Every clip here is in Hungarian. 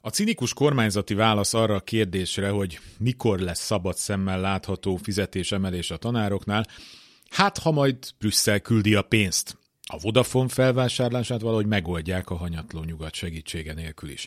A cinikus kormányzati válasz arra a kérdésre, hogy mikor lesz szabad szemmel látható fizetésemelés a tanároknál, hát ha majd Brüsszel küldi a pénzt. A Vodafone felvásárlását valahogy megoldják a hanyatló nyugat segítsége nélkül is.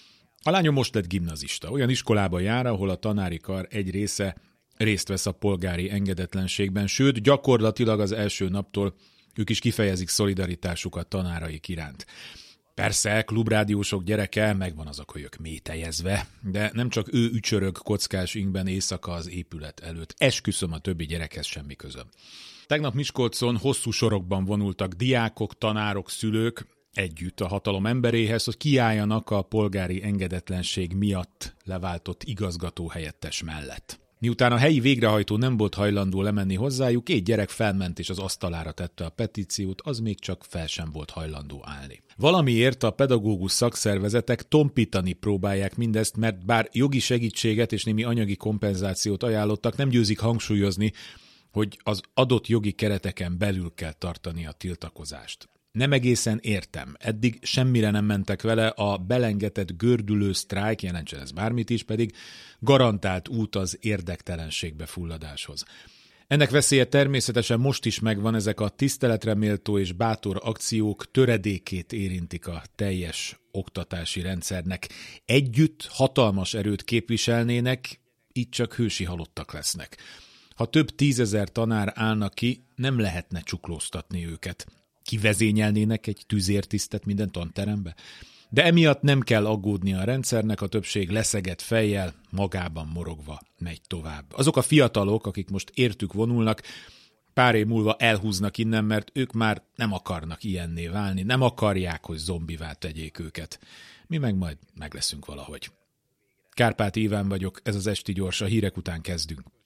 A lányom most lett gimnazista, olyan iskolába jár, ahol a tanári kar egy része részt vesz a polgári engedetlenségben, sőt gyakorlatilag az első naptól ők is kifejezik szolidaritásukat tanáraik iránt. Persze, klubrádiósok gyereke, megvan az a kölyök métejezve, de nem csak ő ücsörög kockás ingben éjszaka az épület előtt. Esküszöm, a többi gyerekhez semmi közöm. Tegnap Miskolcon hosszú sorokban vonultak diákok, tanárok, szülők együtt a hatalom emberéhez, hogy kiálljanak a polgári engedetlenség miatt leváltott igazgató helyettes mellett. Miután a helyi végrehajtó nem volt hajlandó lemenni hozzájuk, 2 gyerek felment és az asztalára tette a petíciót, az még csak fel sem volt hajlandó állni. Valamiért a pedagógus szakszervezetek tompítani próbálják mindezt, mert bár jogi segítséget és némi anyagi kompenzációt ajánlottak, nem győzik hangsúlyozni, hogy az adott jogi kereteken belül kell tartani a tiltakozást. Nem egészen értem. Eddig semmire nem mentek vele, a belengetett gördülő sztrájk, jelentsen ez bármit is, pedig garantált út az érdektelenségbe fulladáshoz. Ennek veszélye természetesen most is megvan, ezek a tiszteletre méltó és bátor akciók töredékét érintik a teljes oktatási rendszernek. Együtt hatalmas erőt képviselnének, így csak hősi halottak lesznek. Ha több 10 000 tanár állna ki, nem lehetne csuklóztatni őket. Kivezényelnének egy tüzértisztet minden tanterembe? De emiatt nem kell aggódni a rendszernek, a többség leszegett fejjel, magában morogva megy tovább. Azok a fiatalok, akik most értük vonulnak, pár év múlva elhúznak innen, mert ők már nem akarnak ilyenné válni, nem akarják, hogy zombivá tegyék őket. Mi meg majd megleszünk valahogy. Kárpáti Iván vagyok, ez az Esti Gyors, a hírek után kezdünk.